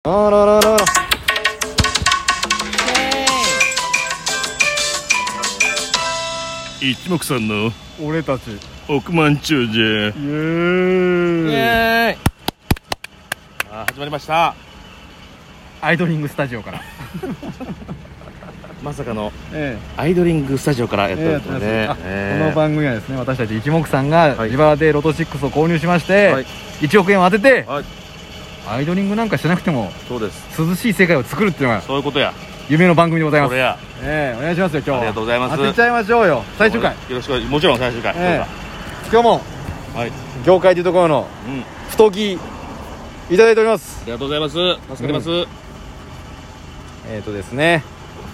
あらららら。 一目散の俺たち億万長者。イエーイ。始まりました。 アイドリングスタジオからまさかのアイドリングスタジオからやってるんですね。 この番組はですね、私たち一目散がはい自腹でロト6を購入しまして、 はい 1億円を当てて、 はい、 アイドリングなんかしなくてもそうです。 涼しい世界を作るっていうのがそういうことや。 夢の番組でございます。 それや。 お願いしますよ。今日はありがとうございます。 当てちゃいましょうよ。最終回。 よろしく。もちろん最終回。 今日もはい。 業界というところのうん。 太着いただいております。 ありがとうございます。助かります。 ですね、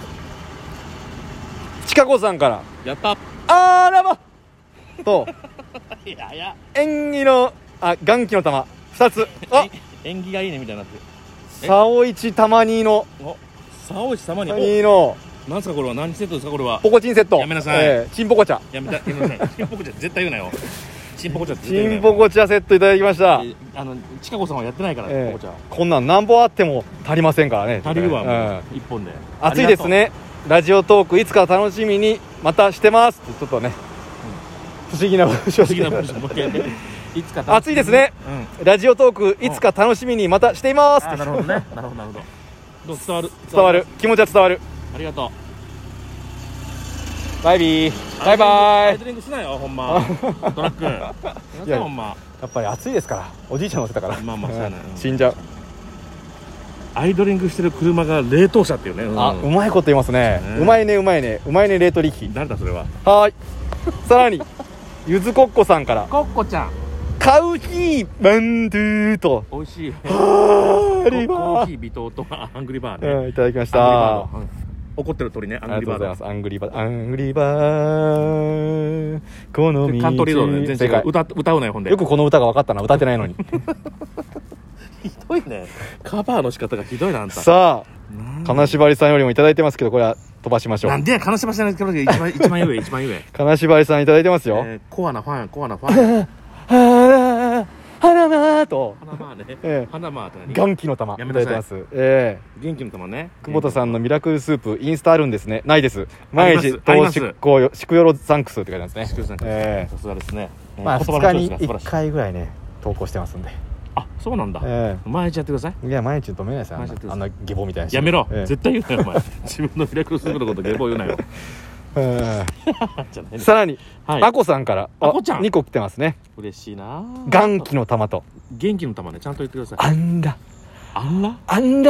ちかこさんからやった。 あらばといやいや。 縁起の元気の玉2つ。 縁起がいいねみたいになってる。 さおいちたまにのさおいちたまに。 のなんすかこれは。何セットですかこれは。 ポコチンセット。 やめなさい。 チンポコ茶。 やめなさい。チンポコ茶絶対言うなよ。チンポコ茶って絶対チン言うなよ。 ポコ茶セットいただきました。 ちかこさんはやってないから、チンポコ茶。 こんなん何本あっても足りませんからね。 足りるわ、もう一本で。 暑いですね。ラジオトークいつか楽しみにまたしてますってちょっとね、不思議な文章。 不思議な文章。もう一回やって。いつか暑いですね。ラジオトークいつか楽しみにまたしています。 なるほどね。なるほどなるほど。どう伝わる。 伝わる。気持ちは伝わる。 ありがとう。 バイビー。バイバイ。 アイドリングしないよほんま。トラック。いやほんま。 やっぱり暑いですから。おじいちゃん乗せたから。 まあまあそうやね。 死んじゃう。 アイドリングしてる車が冷凍車っていうね。 うまいこと言いますね。うまいねうまいねうまいね冷凍力。 誰だそれは。 はい。さらにゆずこっこさんからコッコちゃん。 カウヒーバンドゥと美味しい。 コーコーヒー微糖とアングリーバーね。 いただきました。 怒ってる鳥ね。アングリーバード。 アングリーバー。アングリーバー。この道。 カントリードね。全然歌うなよほんで。 よくこの歌が分かったな。歌ってないのに。 ひどいね。カバーの仕方がひどいなあんた。 さあ、金縛りさんよりもいただいてますけど、これは飛ばしましょう。 なんでや、金縛りさんが一番上。 金縛りさんいただいてますよ。 コアなファン。 花間と花間ね。花間って何？ 元気の玉いただいてます。 元気の玉ね。 久保田さんのミラクルスープインスタあるんですね。ないです。毎日投資行シクヨロサンクスって書いてますね。 さすがですね。 まあ2日に1回ぐらいね投稿してますんで。 あ、そうなんだ。毎日やってください。 いや毎日止めないですよ。あんなゲボみたいな。 やめろ。絶対言うなよお前。自分のミラクルスープのことゲボ言うなよ。 さらにあこさんから2個来てますね。 嬉しいな。 元気の玉と元気の玉ね、ちゃんと言ってください。 アンダマー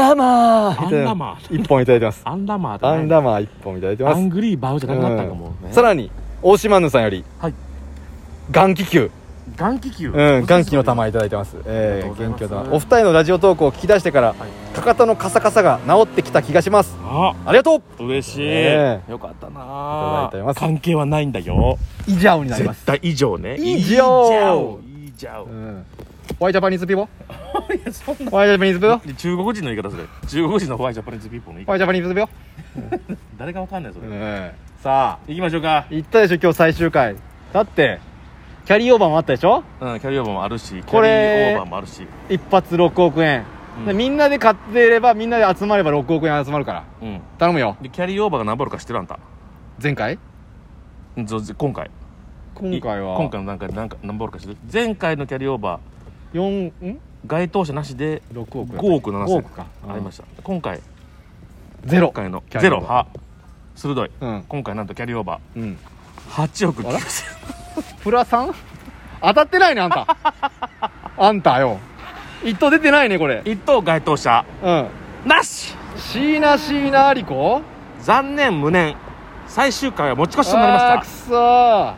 1本いただいてます。 アンダマー 1本いただいてます。 アングリーバウじゃなくなったんかも。 さらに大島ぬさんより元気球元気の玉いただいてます。元気の玉。お二人のラジオトークを聞き出してからかかとのカサカサが治ってきた気がします。ありがとう。 嬉しい。よかったな。関係はないんだよ。 以上になります。 絶対以上ね。 以上。ホワイトジャパニーズピーポー。ホワイトジャパニーズピーポー。 中国人の言い方する。中国人のホワイトジャパニーズピーポーの言い方。 ホワイトジャパニーズピーポー。 誰がわかんないそれ。 さあ行きましょうか。 行ったでしょ今日最終回。だってキャリーオーバーもあったでしょ。 キャリーオーバーもあるし、 これキャリーオーバーもあるし、 一発6億円。みんなで買っていればみんなで集まれば6億円集まるから。頼むよ。 でキャリーオーバーが何ボールか知ってるあんた。 前回？ 今回の段階で何ボールか知ってる？前回のキャリーオーバー該当者なしで5億7千かありました。今回ゼロ鋭い。今回なんとキャリーオーバー8億9千。 プラ3？当たってないねあんた。あんたよ。一等出てないねこれ。 一等該当者なし。 椎名ありこ。 残念無念。最終回は持ち越しとなりました。 くそ。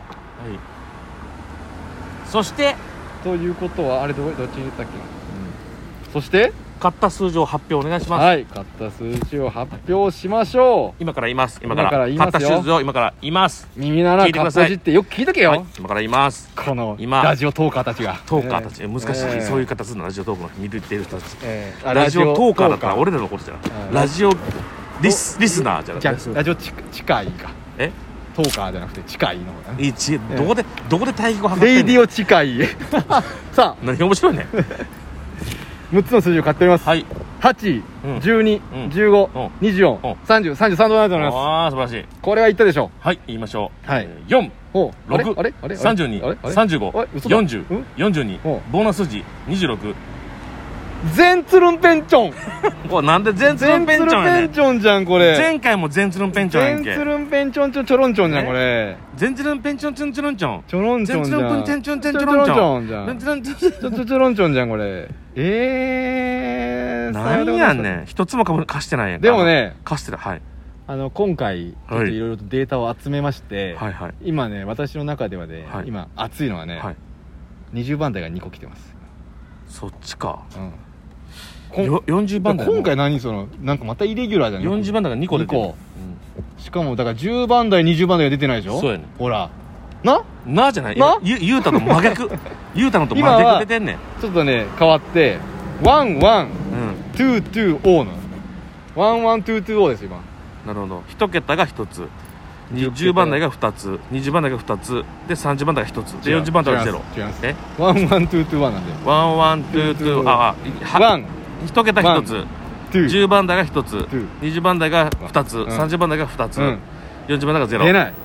そしてということはあれどっちに言ったっけ。そして買った数字を発表お願いします。 買った数字を発表しましょう。 今から言います。買った数字を今から言います。 耳ならかっぽじってよく聞いとけよ。 今から言います。 このラジオトーカーたちが難しい。そういう方するの。ラジオトークの見てる人たち。ラジオトーカーだったら俺らのことじゃない。ラジオリスナーじゃなくてラジオ近いか。トーカーじゃなくて近いの方だね。 どこで対義語測ってんの。 レイディオ近い。さあ何が面白いね。 6つの数字を買っております。 8、12、15、24、30、33度だと思います。 ああ素晴らしい。 これはいったでしょう。はい言いましょう。 はい。 4、 6、 32、35、40、42、ボーナス数字26。 全つるんぺんちょん。 おなんで全つるんぺんちょんやねん。 全つるんぺんちょんじゃんこれ。 前回も全つるんぺんちょんやんけ。 全つるんぺんちょんちょろんちょんじゃんこれ。 全つるんぺんちょんちょんちょろんちょん。 ちょろんちょんじゃん。 全つるんぺんちょんちょんちょろんちょんじゃん。 ちょろんちょんじゃんこれ。 なんやねん。一つも貸してないやんか。 でもね貸してる。はい。 今回ちょっといろいろとデータを集めまして、今ね私の中ではね、今熱いのはね、20番台が2個来てます。 そっちか。 40番台今回なんかまたイレギュラーじゃん。 40番台が2個出てる。 しかもだから10番台20番台が出てないでしょ。 そうやね。 ほらなじゃない。ゆうたの真逆。ゆうたのと真逆出てんねん。 ちょっとね変わって1122O の1122O です今。 なるほど。1桁が1つ、10番台が2つ、20番台が2つで30番台が1つで40番台が0。 違います。11221なんで 1122。あ1桁1つ、10番台が1つ、20番台が2つ、30番台が2つ、40番台が0。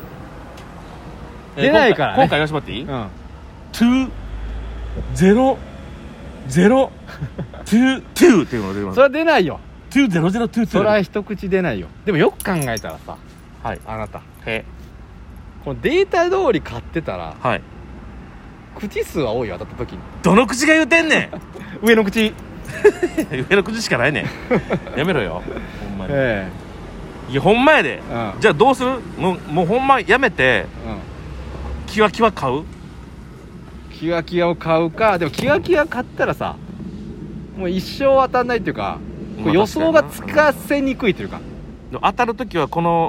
出ないからね。 今回言わせてもらっていい？2 0 0 2 2っていうのが出てます。 それは出ないよ。 2 0 0 2 2。 それは一口出ないよ。でもよく考えたらさ、あなたこのデータ通り買ってたら、口数は多いよ。当たった時にどの口が言うてんねん。上の口上の口しかないねん。やめろよほんまに。いやほんまやで。じゃあどうする？もうほんまやめてキワキワ買う？ キワキワを買うか。でもキワキワ買ったらさもう一生当たんないっていうか、予想がつかせにくいというか。 当たるときはこの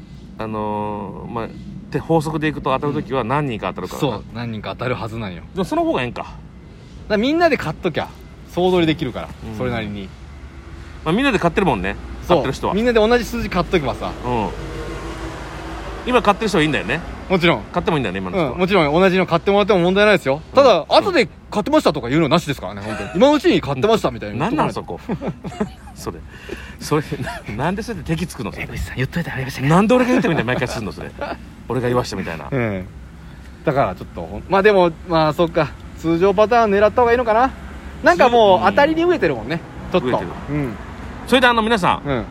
法則でいくと当たるときは何人か当たるから。 そう何人か当たるはずなんよ。 でもその方がええんか。だからみんなで買っときゃ総取りできるから、それなりに。 みんなで買ってるもんね。買ってる人はみんなで同じ数字買っとけばさ。 今買ってる人はいいんだよね。 もちろん買ってもいいんだよね今の人は。 もちろん同じの買ってもらっても問題ないですよ。ただ後で買ってましたとか言うのはなしですからね。本当に今のうちに買ってましたみたいな。 何なのそこそれなんでそれで敵つくの？ 江口さん言っといてありましたね。 なんで俺が言ってみたいな毎回するのそれ。俺が言わしたみたいな。 だからちょっとでもそっか通常パターン狙った方がいいのかな。なんかもう当たりに飢えてるもんねちょっと。 それで皆さん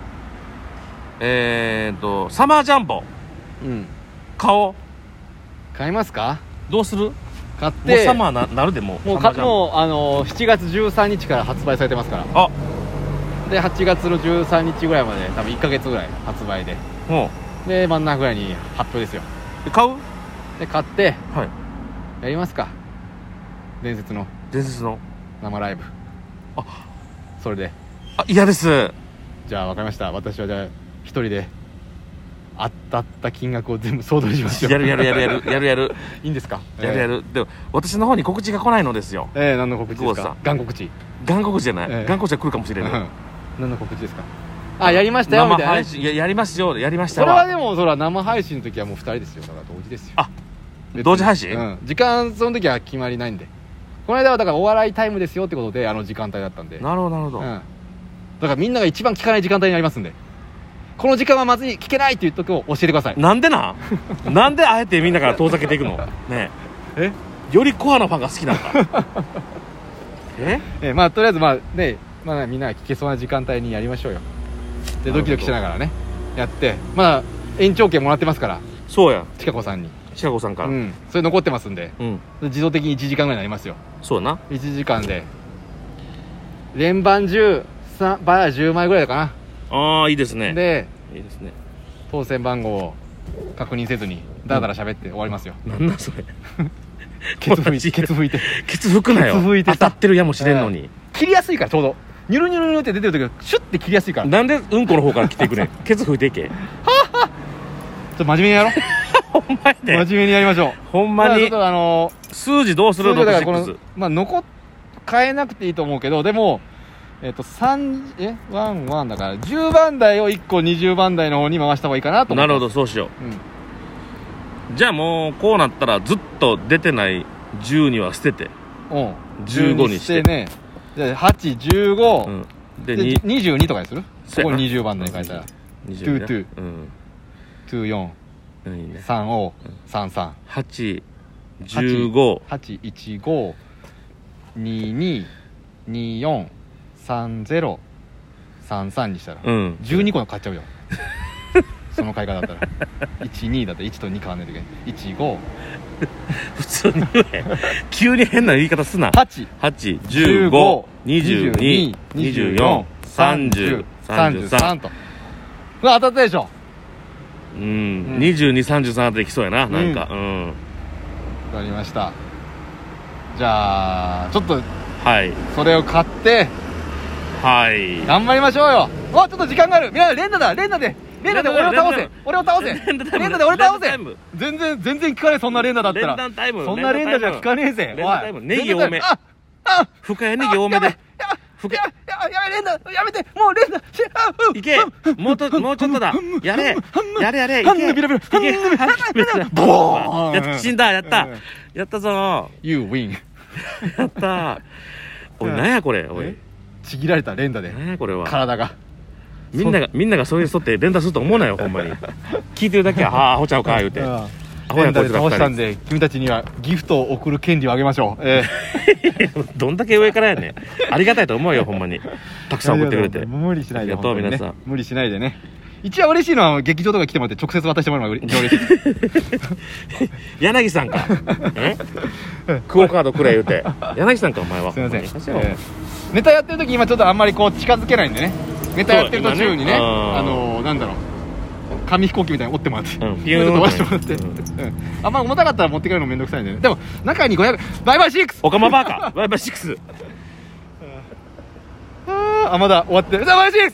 サマージャンボ買いますか？ どうする？買ってもうサマーなるでもう 7月13日から発売されてますから。で8月の13日ぐらいまで多分1ヶ月ぐらい発売で、で真ん中ぐらいに発表ですよ。 買う？ で買ってやりますか。伝説の生ライブ。それで嫌です。 じゃあ分かりました。私はじゃあ一人で当たった金額を全部総取りしましょう。 やるいいんですか？ やる。でも私の方に告知が来ないのですよ。 何の告知ですか？願告知じゃない。願告知は来るかもしれない。 何の告知ですか？やりましたよみたいな。生配信やりますよ。やりましたわ。それはでも生配信の時はもう2人ですよ。だから同時ですよ。 同時配信？ 時間その時は決まりないんで。この間はだからお笑いタイムですよってことで時間帯だったんで。 なるほど。 だからみんなが一番聞かない時間帯になりますんで、この時間はまずい聞けないっていう時を教えてください。 なんでなんであえてみんなから遠ざけていくのねえ。よりコアなファンが好きなんだとりあえずみんなが聞けそうな時間帯にやりましょうよ。でドキドキしながらねやって、延長券もらってますから。 そうや、 ちかこさんからそれ残ってますんで、自動的に1時間ぐらいになりますよ。 そうな、 1時間で連番13倍10枚ぐらいかな。いいですね。 でいいですね。 当選番号を確認せずにダラダラ喋って終わりますよ。 なんだそれケツ拭いてケツ拭くなよ。当たってるやもしれんのに。 切りやすいからちょうどニュルニュルニュルって出てる時はシュッて切りやすいから。 なんでうんこの方から来てくれケツ拭いていけ。 ちょっと真面目にやろうほんまにね、 真面目にやりましょう。 ほんまに。ちょっと数字どうするの？だからこの変えなくていいと思うけど、でもワンだから10番台を1個20番台の方に回した方がいいかなと思って。 なるほど、そうしよう。じゃあもうこうなったらずっと出てない10には捨てて15にしてね。じゃあ8、15、 で 22とかにする。ここに20番で書いたら22、24、30、33、 8、15、 815、22、24、30、33にしたら12個の買っちゃうよ。その買い方だったら12だって1と2買わないといけない。15 普通に言え。急に変な言い方すな。 8、 15、22、24、30、33と。 当たったでしょ。 22、33ってきそうやな。なんかわかりました。じゃあちょっとはいそれを買って頑張りましょうよ。ちょっと時間がある。みんな連打だ。連打で俺を倒せ。連打で俺倒せ。全然聞かねえ。そんな連打だったらそんな連打じゃ聞かねえぜ。 ネギ多め。深谷ネギ多めで。 や連打やめて。もう連打いけ。もうちょっとだ。やれいけ。 ボーン。 やった。死んだ。やったぞ。 You win。 やった。おい、なんやこれ。おい、 ちぎられた連打でなんやこれは。 体がみんながそういう人って連打すると思うなよ。ほんまに聞いてるだけはアホちゃうか言うて。 連打で倒したんで君たちにはギフトを送る権利をあげましょう。 どんだけ上からやねん。ありがたいと思うよ。ほんまにたくさん送ってくれて。 無理しないで。 ありがとう皆さん。 無理しないでね。一番嬉しいのは劇場とか来てもらって直接渡してもらうのが嬉しい。 柳さんか。クオカードくれ言うて。柳さんかお前は。 すいません。ネタやってる時今ちょっとあんまりこう近づけないんでね。ネタやってる途中にね、なんだろう、紙飛行機みたいに折ってもらって、ピューンと飛ばしてもらって、あんま重たかったら持って帰るのめんどくさいんでね。でも中に500、バイバイ6、 オカマバーカ、バイバイ6。 まだ終わってる。バイバイ6。